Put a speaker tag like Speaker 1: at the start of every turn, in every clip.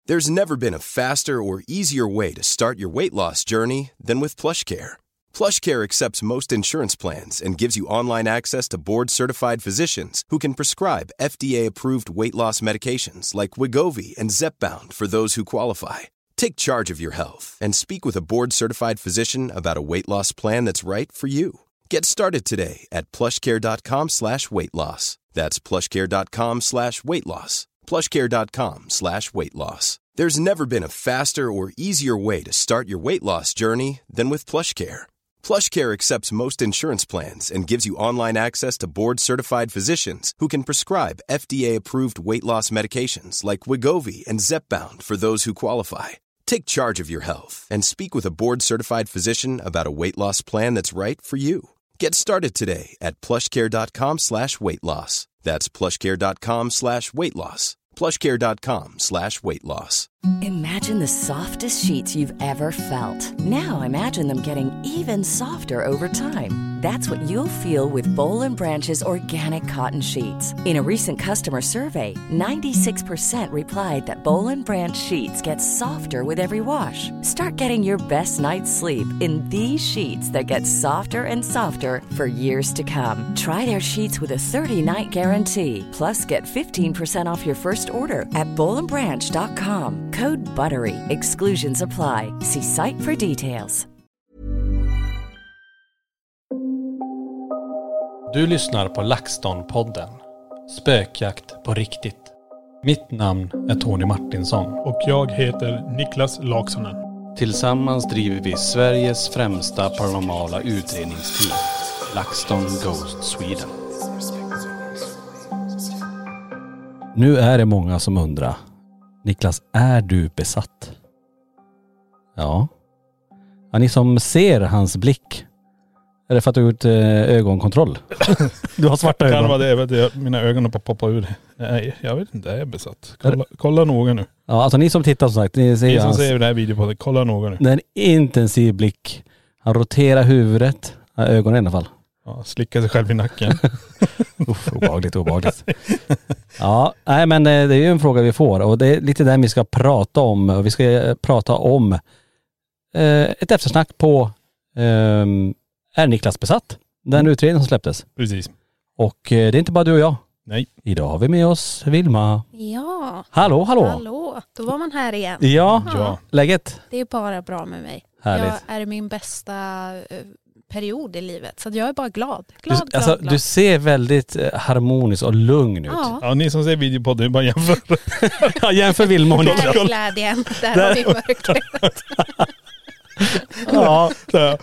Speaker 1: There's never been a faster or easier way to start your weight loss journey than with PlushCare. PlushCare accepts most insurance plans and gives you online access to board-certified physicians who can prescribe FDA-approved weight loss medications like Wegovy and Zepbound for those who qualify. Take charge of your health and speak with a board-certified physician about a weight loss plan that's right for you. Get started today at plushcare.com/weightloss. That's plushcare.com/weightloss. plushcare.com/weightloss. There's never been a faster or easier way to start your weight loss journey than with PlushCare. PlushCare accepts most insurance plans and gives you online access to board-certified physicians who can prescribe FDA-approved weight loss medications like Wegovy and Zepbound for those who qualify. Take charge of your health and speak with a board-certified physician about a weight loss plan that's right for you. Get started today at plushcare.com/weightloss. That's plushcare.com/weightloss. plushcare.com/weightloss.
Speaker 2: Imagine the softest sheets you've ever felt. Now imagine them getting even softer over time. That's what you'll feel with Boll & Branch's organic cotton sheets. In a recent customer survey, 96% replied that Boll & Branch sheets get softer with every wash. Start getting your best night's sleep in these sheets that get softer and softer for years to come. Try their sheets with a 30-night guarantee. Plus, get 15% off your first order at bollandbranch.com. Code BUTTERY. Exclusions apply. See site for details.
Speaker 3: Du lyssnar på LaxTon-podden. Spökjakt på riktigt. Mitt namn är Tony Martinsson.
Speaker 4: Och jag heter Niklas Laksonen.
Speaker 3: Tillsammans driver vi Sveriges främsta paranormala utredningsteam. LaxTon Ghost Sweden. Nu är det många som undrar. Niklas, är du besatt? Ja. Ni som ser hans blick. Är det för att du har gjort ögonkontroll? Du har svarta ögon.
Speaker 4: Kan vara det, vet jag, mina ögon har poppat ur. Nej, jag vet inte, jag är besatt. Kolla noga nu.
Speaker 3: Ja, alltså ni som tittar som sagt. Ni som
Speaker 4: ser den här videon på det, kolla noga nu.
Speaker 3: Det är en intensiv blick. Han roterar huvudet. Ögonen i alla fall.
Speaker 4: Ja, slickar sig själv i nacken.
Speaker 3: Obehagligt. Ja, nej men det är ju en fråga vi får. Och det är lite där vi ska prata om. Och vi ska prata om ett eftersnack på Är Niklas besatt? Den utredningen som släpptes.
Speaker 4: Precis.
Speaker 3: Och det är inte bara du och jag.
Speaker 4: Nej.
Speaker 3: Idag har vi med oss Vilma.
Speaker 5: Ja.
Speaker 3: Hallå.
Speaker 5: Då var man här igen.
Speaker 3: Ja. Läget?
Speaker 5: Det är bara bra med mig.
Speaker 3: Härligt.
Speaker 5: Jag är i min bästa period i livet. Så jag är bara glad.
Speaker 3: Glad. Du ser väldigt harmonisk och lugn ut.
Speaker 4: Ja, ni som ser videopodden, bara jämför.
Speaker 3: Ja, jämför Vilma och Niklas.
Speaker 5: Där är glädjen. Där har vi mörkret.
Speaker 4: Ja.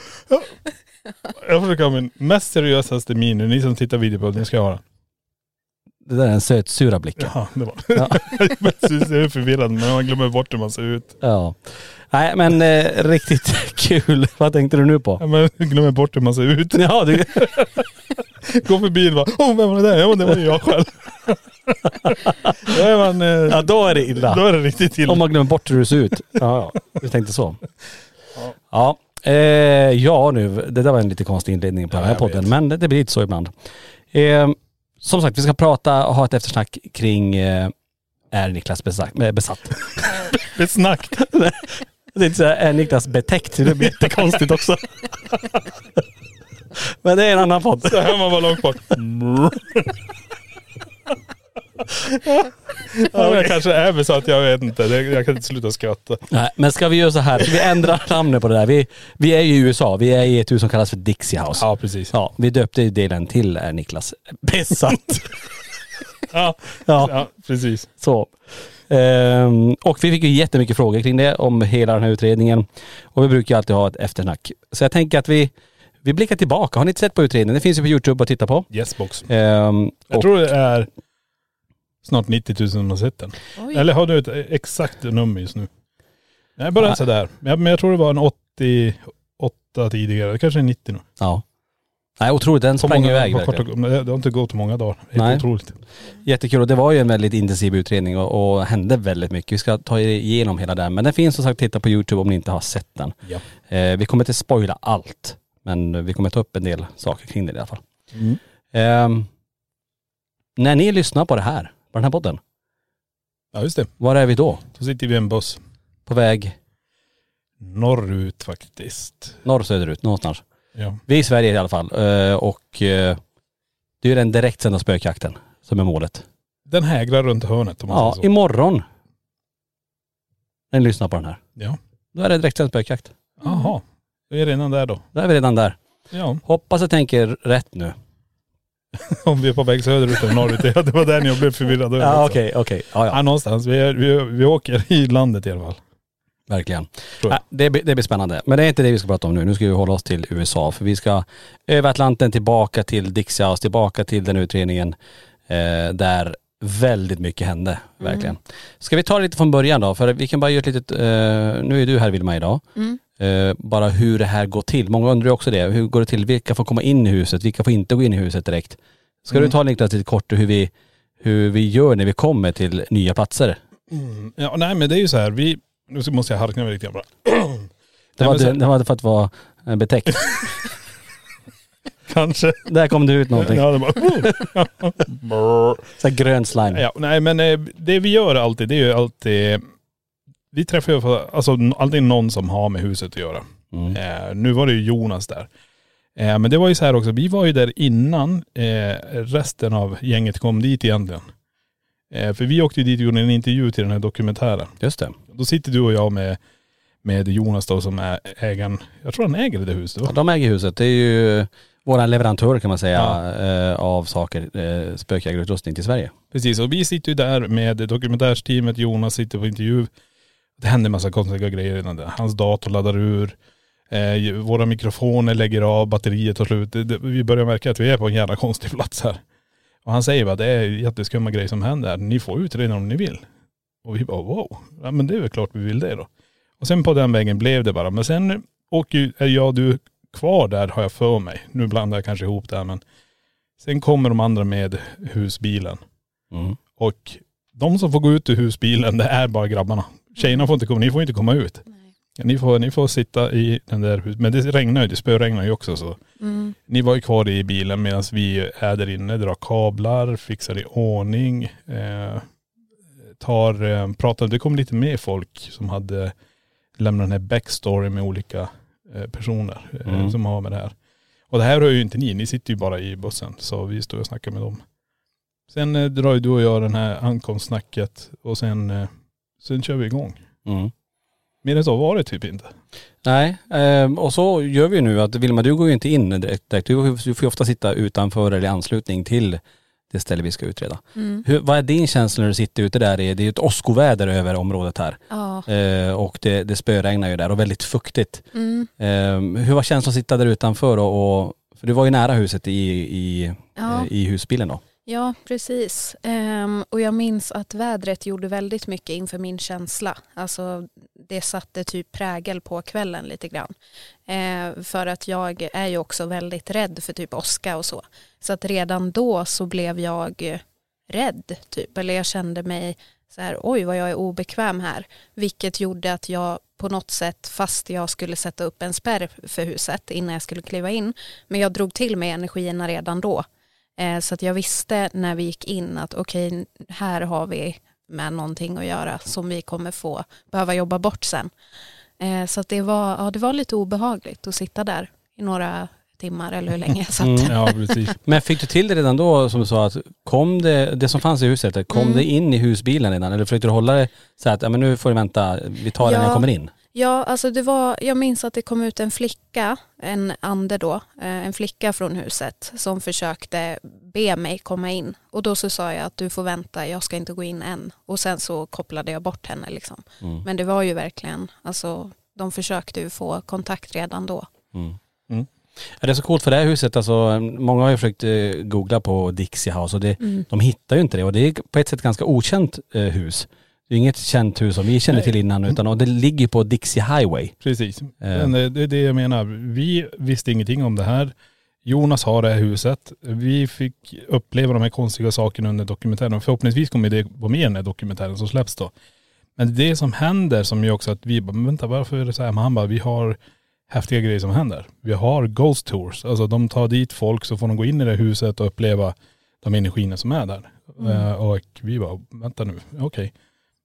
Speaker 4: Jag försöker ha min mest seriösaste min. Ni som tittar videopodden ska höra.
Speaker 3: Det där är en söt sura blick.
Speaker 4: Ja, det var det. Ja. Jag är förvirrad, men man glömmer bort hur man ser ut.
Speaker 3: Ja. Nej, men riktigt kul. Vad tänkte du nu på?
Speaker 4: Ja, men jag glömmer bort hur man ser ut.
Speaker 3: Ja, du...
Speaker 4: Gå förbi och bara, vem var det där? Ja, det var ju jag själv. Då är man...
Speaker 3: ja, då är det illa.
Speaker 4: Då är det riktigt illa.
Speaker 3: Om man glömmer bort hur du ser ut. Ja, du tänkte så. Ja. Ja, nu. Det där var en lite konstig inledning på den här podden. Men det blir lite så ibland. Som sagt, vi ska prata och ha ett eftersnack kring är Niklas besatt?
Speaker 4: Besnackt.
Speaker 3: Det är inte så här, är Niklas betäckt? Det blir jättekonstigt också. Men det är en annan podd.
Speaker 4: Så här man var långt bort. Ja, jag kanske är besatt, jag vet inte. Jag kan inte sluta skratta.
Speaker 3: Nej, men ska vi göra så här? Ska vi ändra namnet på det där? Vi är ju i USA. Vi är i ett hus som kallas för Dixie House.
Speaker 4: Ja, precis.
Speaker 3: Ja, vi döpte delen till är Niklas besatt.
Speaker 4: Ja, precis.
Speaker 3: Så. Och vi fick ju jättemycket frågor kring det om hela den här utredningen. Och vi brukar alltid ha ett eftersnack. Så jag tänker att vi blickar tillbaka. Har ni inte sett på utredningen? Det finns ju på YouTube att titta på.
Speaker 4: Yesbox. Jag tror det är snart 90 000 som har sett den. Oj. Eller har du ett exakt nummer just nu? Nej, bara sådär. Men jag tror det var en 88 tidigare. Kanske en 90 nu.
Speaker 3: Ja. Nej, otroligt. Den sprang iväg.
Speaker 4: Det har inte gått på många dagar. Helt otroligt.
Speaker 3: Jättekul. Och det var ju en väldigt intensiv utredning och hände väldigt mycket. Vi ska ta igenom hela den. Men den finns som sagt att titta på YouTube om ni inte har sett den. Ja. Vi kommer inte spoila allt. Men vi kommer ta upp en del saker kring det i alla fall. När ni lyssnar på det här, på den här podden,
Speaker 4: Ja, just det.
Speaker 3: Var är vi då?
Speaker 4: Så sitter vi i en buss.
Speaker 3: På väg?
Speaker 4: Norrut faktiskt.
Speaker 3: Norr, söderut, någonstans.
Speaker 4: Ja.
Speaker 3: Vi är i Sverige i alla fall. Och det är den direktsända spökjakten som är målet.
Speaker 4: Den hägrar runt hörnet om man
Speaker 3: Ja,
Speaker 4: säger så.
Speaker 3: imorgon. När ni lyssnar på den här.
Speaker 4: Ja.
Speaker 3: Då är det direktsänd spökjakt.
Speaker 4: Jaha. Vi är redan där då.
Speaker 3: Då är vi redan där.
Speaker 4: Ja.
Speaker 3: Hoppas jag tänker rätt nu.
Speaker 4: Om vi är på väg söderut eller norrut. Ja, det var där jag blev förvirrad.
Speaker 3: Ja, okej. Ja.
Speaker 4: Någonstans. Vi åker i landet i alla fall.
Speaker 3: Verkligen.
Speaker 4: Tror jag.
Speaker 3: Det blir spännande. Men det är inte det vi ska prata om nu. Nu ska vi hålla oss till USA. För vi ska över Atlanten tillbaka till Dixie House, tillbaka till den utredningen där väldigt mycket hände. Verkligen. Ska vi ta det lite från början då? För vi kan bara göra ett litet, nu är du här Vilma idag. Bara hur det här går till. Många undrar ju också det. Hur går det till? Vilka får komma in i huset? Vilka får inte gå in i huset direkt? Ska du ta lite kort hur vi gör när vi kommer till nya platser?
Speaker 4: Ja, nej men det är ju så här. Nu måste jag harkna mig lite grann bara.
Speaker 3: Det var för att vara betäckt.
Speaker 4: Kanske.
Speaker 3: Där kom det ut någonting.
Speaker 4: Ja, det bara...
Speaker 3: Så här grön slime.
Speaker 4: Ja, nej men det vi gör alltid, det är ju alltid... Vi träffar ju alltid någon som har med huset att göra. Nu var det ju Jonas där. Men det var ju så här också, vi var ju där innan resten av gänget kom dit egentligen. För vi åkte ju dit och gjorde en intervju till den här dokumentären.
Speaker 3: Just det.
Speaker 4: Då sitter du och jag med Jonas då som är ägaren. Jag tror han äger det huset.
Speaker 3: Ja, de äger huset. Det är ju våran leverantör kan man säga av saker, spökjägarutrustning till Sverige.
Speaker 4: Precis, och vi sitter ju där med dokumentärsteamet. Jonas sitter på intervju. Det händer en massa konstiga grejer redan där. Hans dator laddar ur. Våra mikrofoner lägger av, batteriet tar slut. Vi börjar märka att vi är på en jävla konstig plats här. Och han säger bara, det är jätteskumma grejer som händer. Ni får utreda om ni vill. Och vi bara, wow. Ja, men det är väl klart vi vill det då. Och sen på den vägen blev det bara. Men sen är jag du kvar där har jag för mig. Nu blandar jag kanske ihop det här, men sen kommer de andra med husbilen. Och de som får gå ut ur husbilen, det är bara grabbarna. Tjejerna får inte komma, ni får inte komma ut. Ni får sitta i den där huset. Men det regnar ju, det spöregnar ju också så. Ni var ju kvar i bilen medan vi är där inne, drar kablar, fixar i ordning. Pratar, det kom lite mer folk som hade lämnat den här backstory med olika personer som har med det här. Och det här hör ju inte ni sitter ju bara i bussen. Så vi står och snackar med dem. Sen drar ju du och jag den här ankomstsnacket och sen kör vi igång. Men det så var det typ inte. Nej,
Speaker 3: och så gör vi nu att Vilma, du går ju inte in direkt. Du får ju ofta sitta utanför eller i anslutning till det ställe vi ska utreda. Vad är din känsla när du sitter ute där? Det är ju ett åskoväder över området här. Och det spöregnar ju där och väldigt fuktigt. Hur var känslan att sitta där utanför? För du var ju nära huset i husbilen då.
Speaker 5: Ja, precis. Och jag minns att vädret gjorde väldigt mycket inför min känsla. Alltså det satte typ prägel på kvällen lite grann. För att jag är ju också väldigt rädd för typ åska och så. Så att redan då så blev jag rädd typ. Eller jag kände mig så här, oj vad jag är obekväm här. Vilket gjorde att jag på något sätt, fast jag skulle sätta upp en spärr för huset innan jag skulle kliva in. Men jag drog till mig energierna redan då. Så att jag visste när vi gick in att okej, här har vi med någonting att göra som vi kommer behöva jobba bort sen. Så att det var lite obehagligt att sitta där i några timmar eller hur länge jag satt.
Speaker 4: Ja, precis.
Speaker 3: Men fick du till det redan då som du sa att kom det som fanns i huset, kom det in i husbilen redan? Eller försökte du hålla det så att men nu får du vänta, vi tar den när jag kommer in?
Speaker 5: Ja, alltså jag minns att det kom ut en flicka, en ande då, en flicka från huset som försökte be mig komma in. Och då så sa jag att du får vänta, jag ska inte gå in än. Och sen så kopplade jag bort henne liksom. Men det var ju verkligen, alltså de försökte ju få kontakt redan då.
Speaker 3: Ja, det är så coolt för det här huset, alltså många har ju försökt googla på Dixie House och de hittar ju inte det. Och det är på ett sätt ganska okänt hus. Det är inget känt hus som vi känner till innan och det ligger på Dixie Highway.
Speaker 4: Precis. Men det är det jag menar. Vi visste ingenting om det här. Jonas har det här huset. Vi fick uppleva de här konstiga sakerna under dokumentären. Och förhoppningsvis kommer det på med den här dokumentären som släpps då. Men det som händer som ju också att vi bara, vänta varför är det så här? Men han bara, vi har häftiga grejer som händer. Vi har ghost tours. Alltså de tar dit folk så får de gå in i det huset och uppleva de energierna som är där. Och vi bara, vänta nu, okej.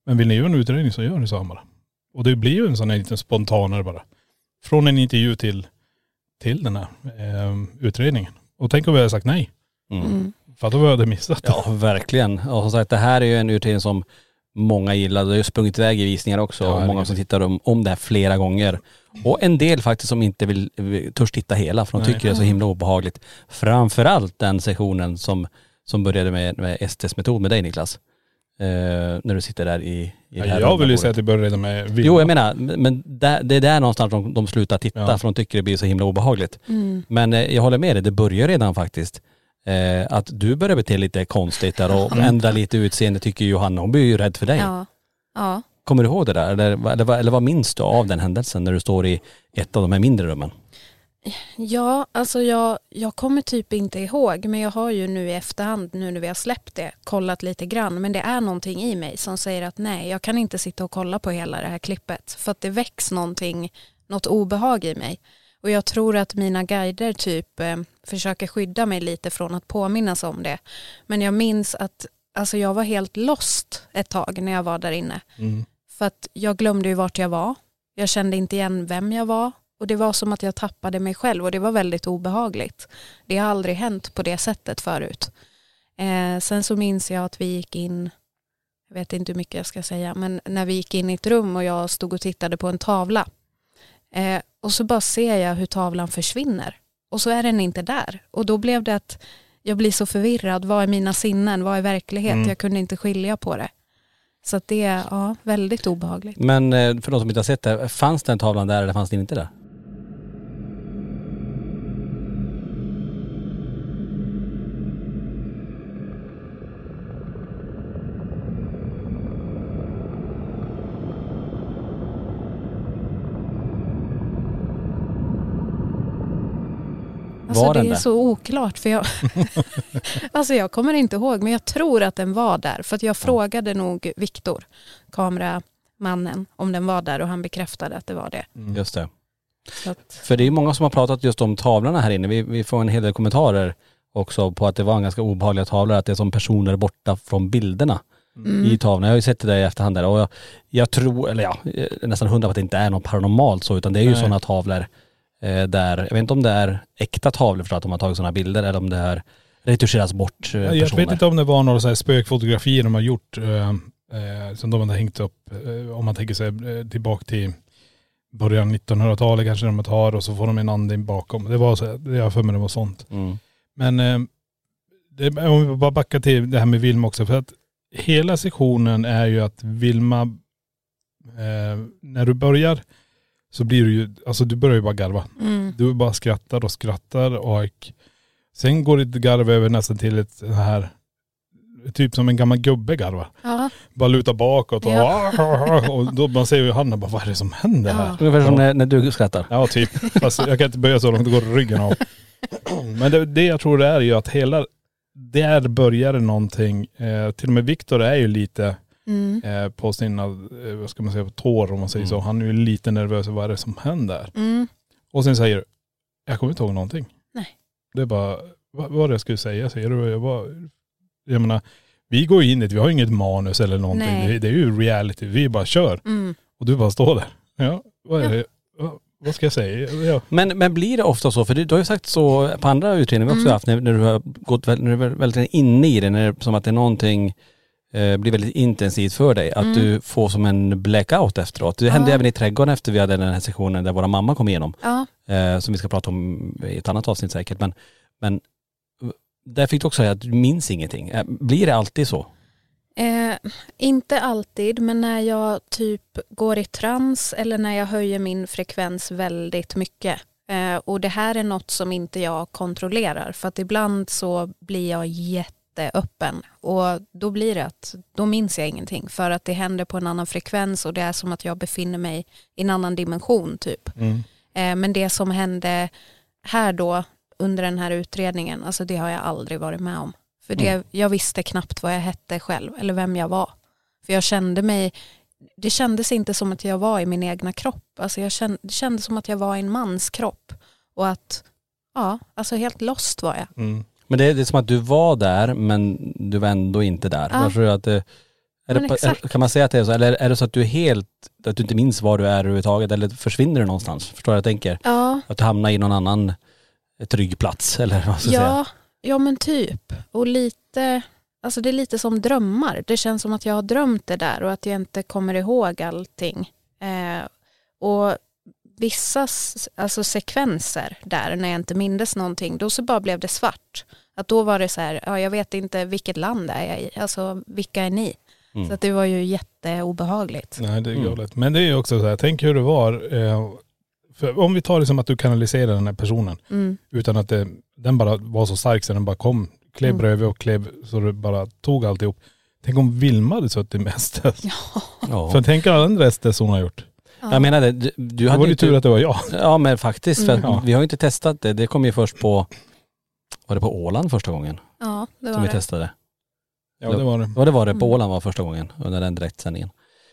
Speaker 4: Men vill ni göra en utredning så gör ni så bara. Och det blir ju en sån här liten spontanare bara. Från en intervju till den här utredningen. Och tänk om vi hade sagt nej. För då hade vi missat det.
Speaker 3: Ja, verkligen. Och som sagt, det här är ju en utredning som många gillar. Det har ju sprungit iväg i visningar också.
Speaker 4: Ja,
Speaker 3: och många som tittar om det här flera gånger. Och en del faktiskt som inte vill törs titta hela. För de tycker det är så himla obehagligt. Framförallt den sessionen som började med Estes metod med dig, Niklas. När du sitter där i
Speaker 4: jag vill ju säga att det börjar redan med Vilma.
Speaker 3: Jo, jag menar, men det är där någonstans de slutar titta för de tycker det blir så himla obehagligt. Men jag håller med dig, det börjar redan faktiskt. Att du börjar bete lite konstigt där och ändra lite utseende tycker Johanna. Hon blir ju rädd för dig.
Speaker 5: Ja.
Speaker 3: Kommer du ihåg det där? Eller vad minns du av den händelsen när du står i ett av de här mindre rummen?
Speaker 5: Ja, alltså jag kommer typ inte ihåg, men jag har ju nu i efterhand, nu när vi har släppt det, kollat lite grann. Men det är någonting i mig som säger att nej, jag kan inte sitta och kolla på hela det här klippet. För att det väcks något obehag i mig. Och jag tror att mina guider typ försöker skydda mig lite från att påminnas om det. Men jag minns att alltså jag var helt lost ett tag när jag var där inne. För att jag glömde ju vart jag var. Jag kände inte igen vem jag var. Och det var som att jag tappade mig själv och det var väldigt obehagligt. Det har aldrig hänt på det sättet förut. Sen så minns jag att vi gick in, jag vet inte hur mycket jag ska säga, men när vi gick in i ett rum och jag stod och tittade på en tavla. Och så bara ser jag hur tavlan försvinner. Och så är den inte där. Och då blev det att jag blir så förvirrad. Vad är mina sinnen? Vad är verklighet? Jag kunde inte skilja på det. Så att det är väldigt obehagligt.
Speaker 3: Men för de som inte har sett det, fanns den tavlan där eller fanns den inte där?
Speaker 5: Alltså det är så oklart för jag kommer inte ihåg, men jag tror att den var där för att jag frågade nog Viktor, kameramannen, om den var där och han bekräftade att det var det.
Speaker 3: Just det.
Speaker 5: Så att...
Speaker 3: För det är många som har pratat just om tavlorna här inne. Vi får en hel del kommentarer också på att det var en ganska obehagliga tavlor, att det är som personer borta från bilderna i tavlorna. Jag har ju sett det där i efterhand där och jag tror, eller nästan 100% att det inte är något paranormalt så, utan det är ju sådana tavlor där, jag vet inte om det är äkta tavlor för att de har tagit sådana bilder eller om det är retuscheras bort personer.
Speaker 4: Jag vet inte om det var några så här spökfotografier de har gjort som de har hängt upp, om man tänker sig tillbaka till början 1900-talet kanske de tar och så får de en andning bakom. Det var så, jag för mig det var sånt. Men om vi bara backar till det här med Vilma också, för att hela sektionen är ju att Vilma när du börjar så blir du ju, alltså du börjar ju bara garva. Du bara skrattar och sen går ditt garv över nästan till ett här, typ som en gammal gubbe garva. Bara luta bakåt och då man ser ju Hanna bara, vad är det som händer här?
Speaker 3: Ungefär som när du skrattar.
Speaker 4: Ja, typ. Fast jag kan inte böja så långt, det går ryggen av. Men det jag tror det är ju att hela, där börjar det någonting. Till och med Viktor är ju lite på sina, vad ska man säga, tår om man säger så. Han är ju lite nervös, vad är det som händer? Och sen säger du, jag kommer inte ihåg någonting.
Speaker 5: Nej.
Speaker 4: Det är bara, vad det skulle säga, säger du. Jag menar, vi går in i det, vi har inget manus eller någonting. Det är ju reality, vi bara kör. Och du bara står där. Ja, vad är det? Vad ska jag säga? Ja.
Speaker 3: Men blir det ofta så, för du har ju sagt så på andra utredningar vi också haft, när du har gått, när du är väldigt inne i det, när det, som att det är någonting blir väldigt intensivt för dig, att du får som en blackout efteråt. Det hände även i trädgården efter vi hade den här sessionen där våra mamma kom igenom. Som vi ska prata om i ett annat avsnitt säkert. Men där fick du också säga att du minns ingenting. Blir det alltid så?
Speaker 5: Inte alltid, men när jag typ går i trans eller när jag höjer min frekvens väldigt mycket. Och det här är något som inte jag kontrollerar, för att ibland så blir jag jätteöppen och då blir det att då minns jag ingenting, för att det händer på en annan frekvens och det är som att jag befinner mig i en annan dimension typ. Men det som hände här då under den här utredningen, alltså det har jag aldrig varit med om. För jag visste knappt vad jag hette själv eller vem jag var. För jag kände mig, det kändes inte som att jag var i min egna kropp. Alltså det kändes som att jag var i en mans kropp. Och att, alltså helt lost var jag.
Speaker 3: Men det är som att du var där, men du var ändå inte där. Jag tror att Kan man säga att det är så? Eller är det så att du är helt, att du inte minns var du är överhuvudtaget, eller försvinner du någonstans? Förstår jag tänker?
Speaker 5: Ja.
Speaker 3: Att du hamnar i någon annan trygg plats, eller vad ska jag säga?
Speaker 5: Ja, men typ. Och lite, alltså det är lite som drömmar. Det känns som att jag har drömt det där och att jag inte kommer ihåg allting. Och vissa alltså sekvenser där när jag inte mindes någonting, då så bara blev det svart. Att då var det så här, jag vet inte vilket land är jag i, alltså vilka är ni? Så att det var ju jätteobehagligt.
Speaker 4: Nej, det är galet. Men det är ju också så här, tänk hur det var, för om vi tar det som att du kanaliserar den här personen utan att den bara var så stark så den bara kom, klev bredvid och klev så det bara tog alltihop. Tänk om Vilma hade suttit mest.
Speaker 3: Ja.
Speaker 4: För tänk alla andra rester hon har gjort.
Speaker 3: Ja. Jag menar det, du hade
Speaker 4: var det tur att det var jag.
Speaker 3: Ja, men faktiskt, för vi har ju inte testat det. Det kom ju först på, var det på Åland första gången?
Speaker 5: Ja, det var
Speaker 3: som vi
Speaker 5: det.
Speaker 3: Testade.
Speaker 4: Ja, det var det.
Speaker 3: Ja, det var det. På Åland var första gången under den direktsändningen.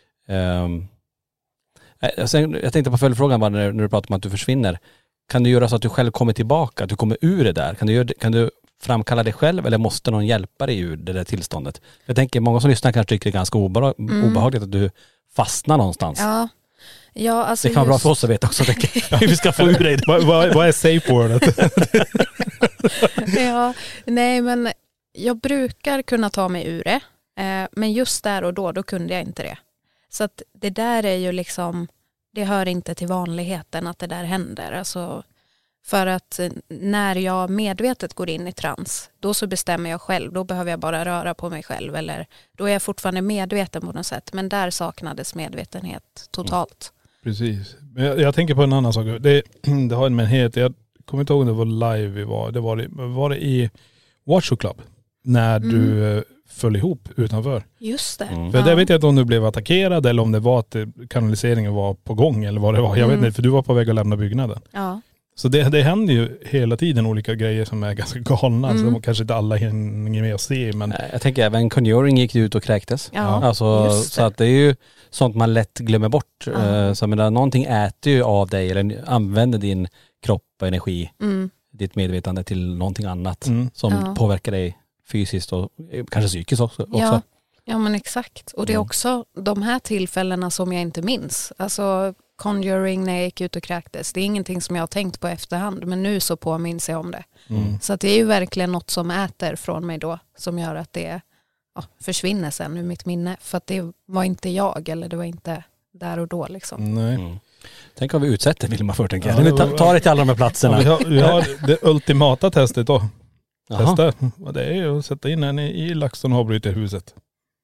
Speaker 3: Jag tänkte på följdfrågan bara när du pratar om att du försvinner. Kan du göra så att du själv kommer tillbaka, att du kommer ur det där? Kan du framkalla det själv eller måste någon hjälpa dig ur det där tillståndet? Jag tänker, många som lyssnar kanske tycker det är ganska obehagligt att du fastnar någonstans.
Speaker 5: Ja, alltså
Speaker 3: det kan vara bra för oss att veta också, hur vi ska få ur dig.
Speaker 4: Vad är safe wordet?
Speaker 5: Ja, nej men jag brukar kunna ta mig ur det. Men just där och då kunde jag inte det. Så att det där är ju liksom, det hör inte till vanligheten att det där händer. Alltså, för att när jag medvetet går in i trans, då så bestämmer jag själv. Då behöver jag bara röra på mig själv. Eller då är jag fortfarande medveten på något sätt. Men där saknades medvetenhet totalt.
Speaker 4: Precis. Men jag tänker på en annan sak. Det har en menhet. Jag kommer inte ihåg om det var live vi var. Var det i Watch Club när du föll ihop utanför.
Speaker 5: Just det.
Speaker 4: För det vet jag inte om du blev attackerad eller om det var att kanaliseringen var på gång eller vad det var. Jag vet inte, för du var på väg att lämna byggnaden.
Speaker 5: Ja.
Speaker 4: Så det händer ju hela tiden olika grejer som är ganska galna. Så kanske inte alla hinner med att se. Men
Speaker 3: jag tänker även Conjuring gick ut och kräktes.
Speaker 5: Ja,
Speaker 3: alltså, så att det är ju sånt man lätt glömmer bort. Så menar, någonting äter ju av dig eller använder din kropp och energi, ditt medvetande till någonting annat som påverkar dig fysiskt och kanske psykiskt också.
Speaker 5: Ja men exakt. Och det är också de här tillfällena som jag inte minns. Alltså Conjuring när jag gick ut och kräktes. Det är ingenting som jag har tänkt på efterhand. Men nu så påminns jag om det. Så att det är ju verkligen något som äter från mig då. Som gör att det försvinner sen ur mitt minne. För att det var inte jag. Eller det var inte där och då liksom.
Speaker 4: Nej.
Speaker 3: Tänk om vi utsätter Vilma för, tänker jag. Vi tar det till alla de här platserna.
Speaker 4: Vi har det ultimata testet då. Testa. Det är ju att sätta in henne i LaxTon och avbryter huset.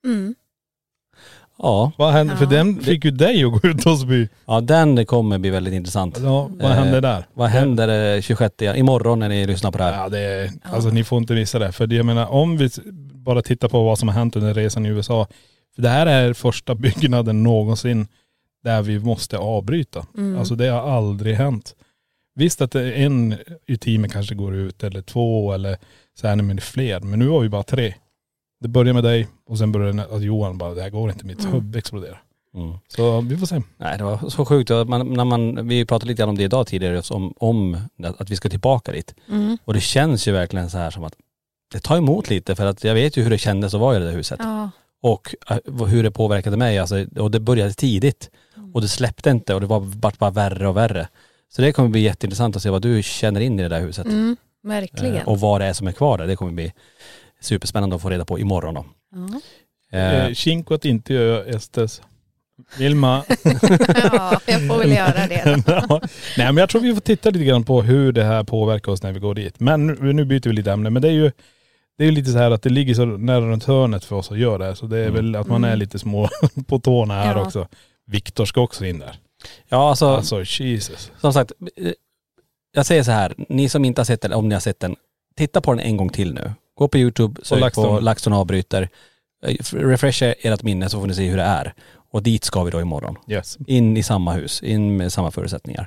Speaker 3: Ja.
Speaker 4: Vad hände? För den fick ju dig att gå ut och spy.
Speaker 3: Ja, den kommer bli väldigt intressant.
Speaker 4: Ja, vad händer där?
Speaker 3: Vad händer 26 imorgon när ni lyssnar på det här?
Speaker 4: Ja, alltså ni får inte missa det. För jag menar, om vi bara tittar på vad som har hänt under resan i USA. För det här är första byggnaden någonsin där vi måste avbryta. Alltså det har aldrig hänt. Visst att en i teamet kanske går ut eller 2 eller så här med fler. Men nu har vi bara 3. Det börjar med dig och sen börjar det att Johan bara, det här går inte, mitt huvud exploderar. Så vi får se.
Speaker 3: Nej, det var så sjukt. Vi pratade lite om det idag tidigare om att vi ska tillbaka dit. Och det känns ju verkligen så här som att det tar emot lite, för att jag vet ju hur det kändes att vara i det där huset.
Speaker 5: Ja.
Speaker 3: Och hur det påverkade mig. Alltså, och det började tidigt. Och det släppte inte och det var bara värre och värre. Så det kommer bli jätteintressant att se vad du känner in i det där huset.
Speaker 5: Verkligen.
Speaker 3: Och vad det är som är kvar där. Det kommer bli superspännande att få reda på imorgon då.
Speaker 4: Kinko att inte göra Estes. Vilma.
Speaker 5: Ja, jag får väl göra det.
Speaker 4: Nej, men jag tror vi får titta lite grann på hur det här påverkar oss när vi går dit. Men nu byter vi lite ämne. Men det är ju lite så här att det ligger så nära runt hörnet för oss att göra det. Så det är väl att man är lite små på tårna här också. Viktor ska också in där.
Speaker 3: Ja, alltså
Speaker 4: Jesus.
Speaker 3: Som sagt, jag säger så här, ni som inte har sett den, om ni har sett den, titta på den en gång till nu. Gå på YouTube, sök på LaxTon avbryter, refresha ert minne så får ni se hur det är. Och dit ska vi då imorgon.
Speaker 4: Yes.
Speaker 3: In i samma hus, in med samma förutsättningar.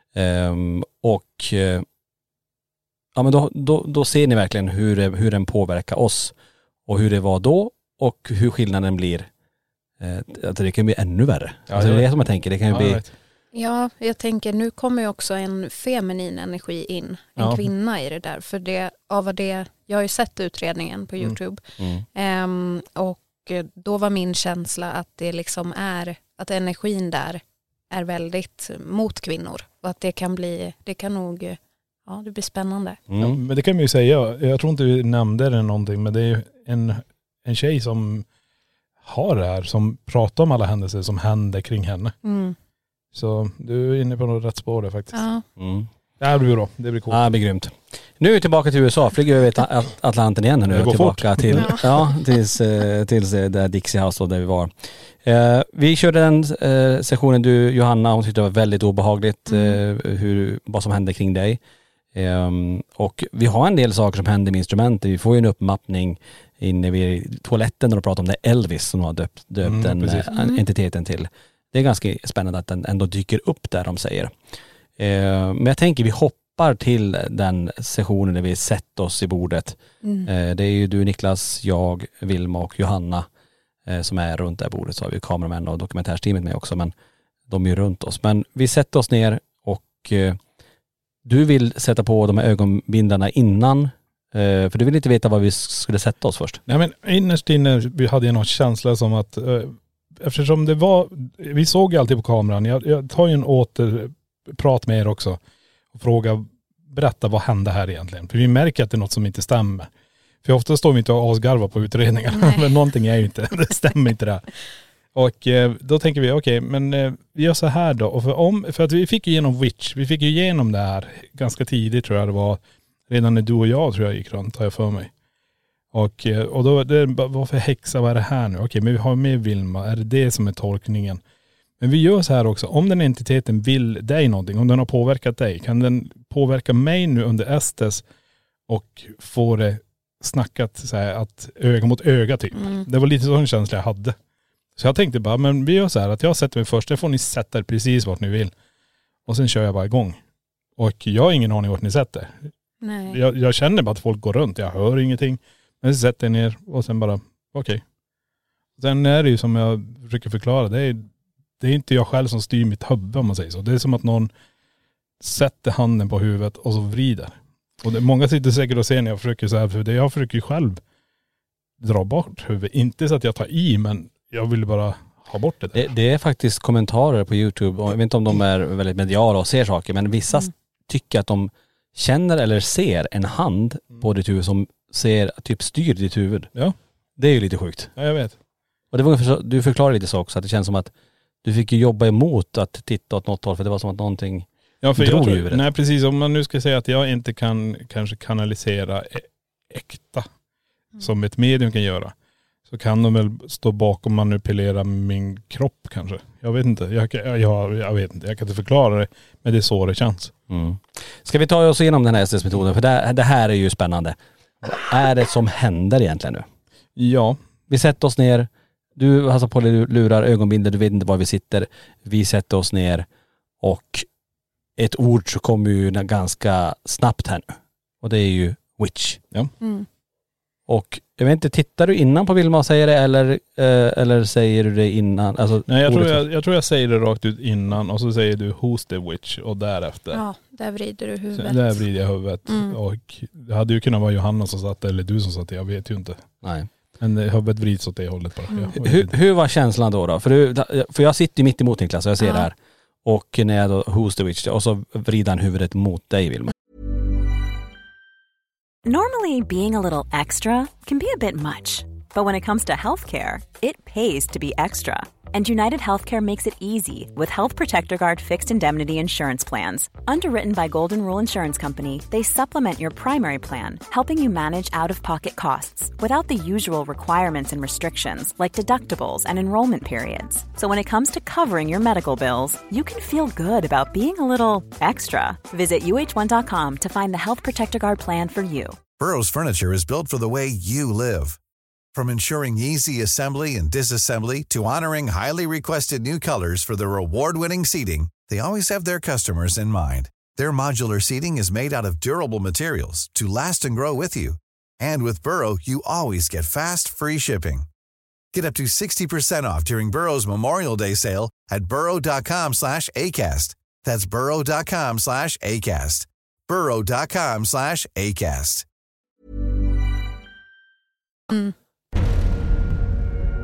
Speaker 3: Ja, men då ser ni verkligen hur den påverkar oss och hur det var då och hur skillnaden blir. Att det kan bli ännu värre.
Speaker 4: Ja,
Speaker 3: alltså, det är som jag tänker, det kan ju bli...
Speaker 5: Ja, jag tänker nu kommer ju också en feminin energi in. En kvinna i det där. För jag har ju sett utredningen på YouTube. Och Och då var min känsla att det liksom är, att energin där är väldigt mot kvinnor. Och att det kan nog, ja, det blir spännande.
Speaker 4: Ja, men det kan man ju säga. Jag tror inte vi nämnde det någonting, men det är ju en tjej som har det här, som pratar om alla händelser som händer kring henne. Så du är inne på något rätt spår där faktiskt.
Speaker 5: Ja.
Speaker 4: Ja, det blir bra. Det blir coolt.
Speaker 3: Ja, det blir grymt. Nu är vi tillbaka till USA. Flyger över Atlanten igen nu. Tillbaka till, tills där Dixie House där vi var. Vi körde den sessionen du, Johanna, hon tyckte det var väldigt obehagligt vad som hände kring dig. Och vi har en del saker som händer med instrumenter. Vi får ju en uppmappning inne vid toaletten när de pratar om det Elvis som har döpt den entiteten till. Det är ganska spännande att den ändå dyker upp där, de säger. Men jag tänker vi hoppar till den sessionen där vi sätter oss i bordet. Det är ju du, Niklas, jag, Vilma och Johanna som är runt det här bordet. Så har vi kameramän och dokumentärsteamet med också, men de är ju runt oss. Men vi sätter oss ner och du vill sätta på de här ögonbindlarna innan, för du vill inte veta vad vi skulle sätta oss först. Nej, men
Speaker 4: innerst inne vi hade jag någon känsla som att eftersom det var, vi såg ju alltid på kameran, jag tar ju en återprat med er också och berätta vad hände här egentligen. För vi märker att det är något som inte stämmer. För ofta står vi inte och asgarvar på utredningar, men någonting är ju inte, det stämmer inte där. Och då tänker vi, okej, men vi gör så här då. Och för att vi fick ju igenom Witch, vi fick ju igenom det här ganska tidigt, tror jag det var. Redan när du och jag tror jag gick runt, har jag för mig. Och då, vad för häxa, vad är det här nu? Okej, men vi har med Vilma, är det som är tolkningen? Men vi gör så här också, om den entiteten vill dig någonting, om den har påverkat dig, kan den påverka mig nu under Estes och få det snackat så här, att öga mot öga typ. Det var lite sån känsla jag hade. Så jag tänkte bara, men vi gör så här att jag sätter mig först, det får ni sätta er precis vart ni vill. Och sen kör jag bara igång. Och jag har ingen aning vart ni sätter.
Speaker 5: Nej.
Speaker 4: Jag känner bara att folk går runt, jag hör ingenting. Men så sätter jag ner och sen bara, okej. Sen är det ju som jag försöker förklara, det är inte jag själv som styr mitt huvud om man säger så. Det är som att någon sätter handen på huvudet och så vrider. Och många sitter säkert och ser när jag försöker så här, för jag försöker ju själv dra bort huvudet. Inte så att jag tar i, men jag vill bara ha bort det.
Speaker 3: Det är faktiskt kommentarer på YouTube, och jag vet inte om de är väldigt mediala och ser saker, men vissa tycker att de känner eller ser en hand på ditt huvud som ser, typ styr ditt huvud.
Speaker 4: Ja.
Speaker 3: Det är ju lite sjukt.
Speaker 4: Ja, jag vet.
Speaker 3: Och det var, du förklarade lite så också, att det känns som att du fick ju jobba emot att titta åt något håll, för det var som att någonting drog i huvudet.
Speaker 4: Nej, precis. Om man nu ska säga att jag inte kan kanske kanalisera äkta som ett medium kan göra, så kan de väl stå bakom och manipulera min kropp kanske. Jag vet inte. Jag vet inte. Jag kan inte förklara det, men det är så det känns.
Speaker 3: Ska vi ta oss igenom den här SS-metoden? För det här är ju spännande. Vad är det som händer egentligen nu?
Speaker 4: Ja.
Speaker 3: Vi sätter oss ner. Du har på lurar, ögonbindlar, du vet inte var vi sitter. Vi sätter oss ner och ett ord så kommer ju ganska snabbt här nu. Och det är ju witch.
Speaker 4: Ja.
Speaker 3: Och jag vet inte, tittar du innan på Vilma och säger det eller säger du det innan? Alltså,
Speaker 4: nej, jag tror jag säger det rakt ut innan och så säger du who's the witch och därefter.
Speaker 5: Ja, där vrider du huvudet.
Speaker 4: Så där vrider jag huvudet. Och det hade ju kunnat vara Johanna som satt eller du som satt, jag vet ju inte.
Speaker 3: Nej.
Speaker 4: Men huvudet vrids åt det hållet bara.
Speaker 3: Hur var känslan då? För jag sitter mitt emot Niklas och jag ser det här. Och när jag då, who's the witch, och så vrider han huvudet mot dig, Vilma.
Speaker 6: Normally, being a little extra can be a bit much. But when it comes to healthcare, it pays to be extra. And United Healthcare makes it easy with Health Protector Guard fixed indemnity insurance plans. Underwritten by Golden Rule Insurance Company, they supplement your primary plan, helping you manage out-of-pocket costs without the usual requirements and restrictions like deductibles and enrollment periods. So when it comes to covering your medical bills, you can feel good about being a little extra. Visit uh1.com to find the Health Protector Guard plan for you.
Speaker 7: Burrow's furniture is built for the way you live. From ensuring easy assembly and disassembly to honoring highly requested new colors for their award-winning seating, they always have their customers in mind. Their modular seating is made out of durable materials to last and grow with you. And with Burrow, you always get fast, free shipping. Get up to 60% off during Burrow's Memorial Day sale at burrow.com/ACAST. That's burrow.com/ACAST. burrow.com/ACAST.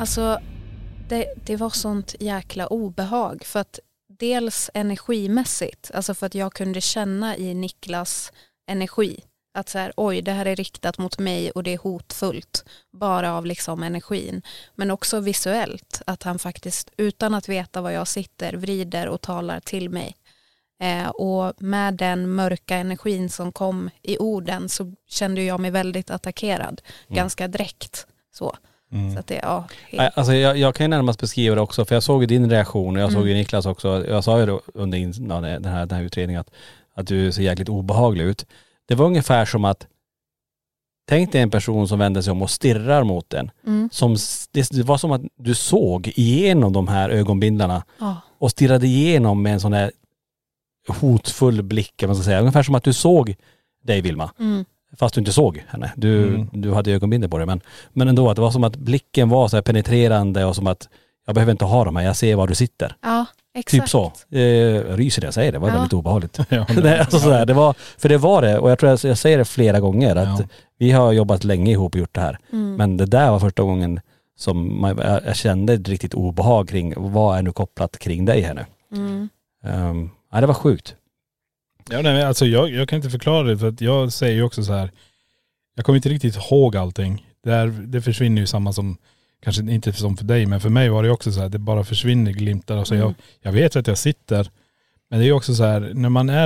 Speaker 5: Alltså det var sånt jäkla obehag. För att dels energimässigt, alltså för att jag kunde känna i Niklas energi att så här, oj, det här är riktat mot mig och det är hotfullt bara av liksom energin. Men också visuellt, att han faktiskt utan att veta vad jag sitter vrider och talar till mig. Och med den mörka energin som kom i orden så kände jag mig väldigt attackerad. Ganska direkt så. Så att det, ja,
Speaker 3: alltså jag kan ju närmast beskriva det också, för jag såg ju din reaktion och jag såg ju Niklas också. Jag sa ju då under den här utredningen att du ser jäkligt obehaglig ut. Det var ungefär som att, tänk dig en person som vänder sig om och stirrar mot den. Det var som att du såg igenom de här ögonbindlarna och stirrade igenom med en sån här hotfull blick, kan man ska säga. Ungefär som att du såg dig, Vilma. Fast du inte såg henne. Du hade ögonbindel på dig. Men ändå, att det var som att blicken var så här penetrerande och som att jag behöver inte ha dem här, jag ser var du sitter.
Speaker 5: Ja, exakt.
Speaker 3: Typ så. Ryser det jag säger, det var väldigt obehagligt.
Speaker 4: Ja,
Speaker 3: alltså så här, det var det, och jag tror jag säger det flera gånger, att vi har jobbat länge ihop och gjort det här. Men det där var första gången som jag kände ett riktigt obehag kring, vad är nu kopplat kring dig här nu. Ja, det var sjukt.
Speaker 4: Ja, nej, alltså jag kan inte förklara det, för att jag säger ju också så här, jag kommer inte riktigt ihåg allting. Det försvinner ju samma som, kanske inte som för dig, men för mig var det också så här, det bara försvinner glimtar. Alltså jag vet att jag sitter, men det är ju också så här,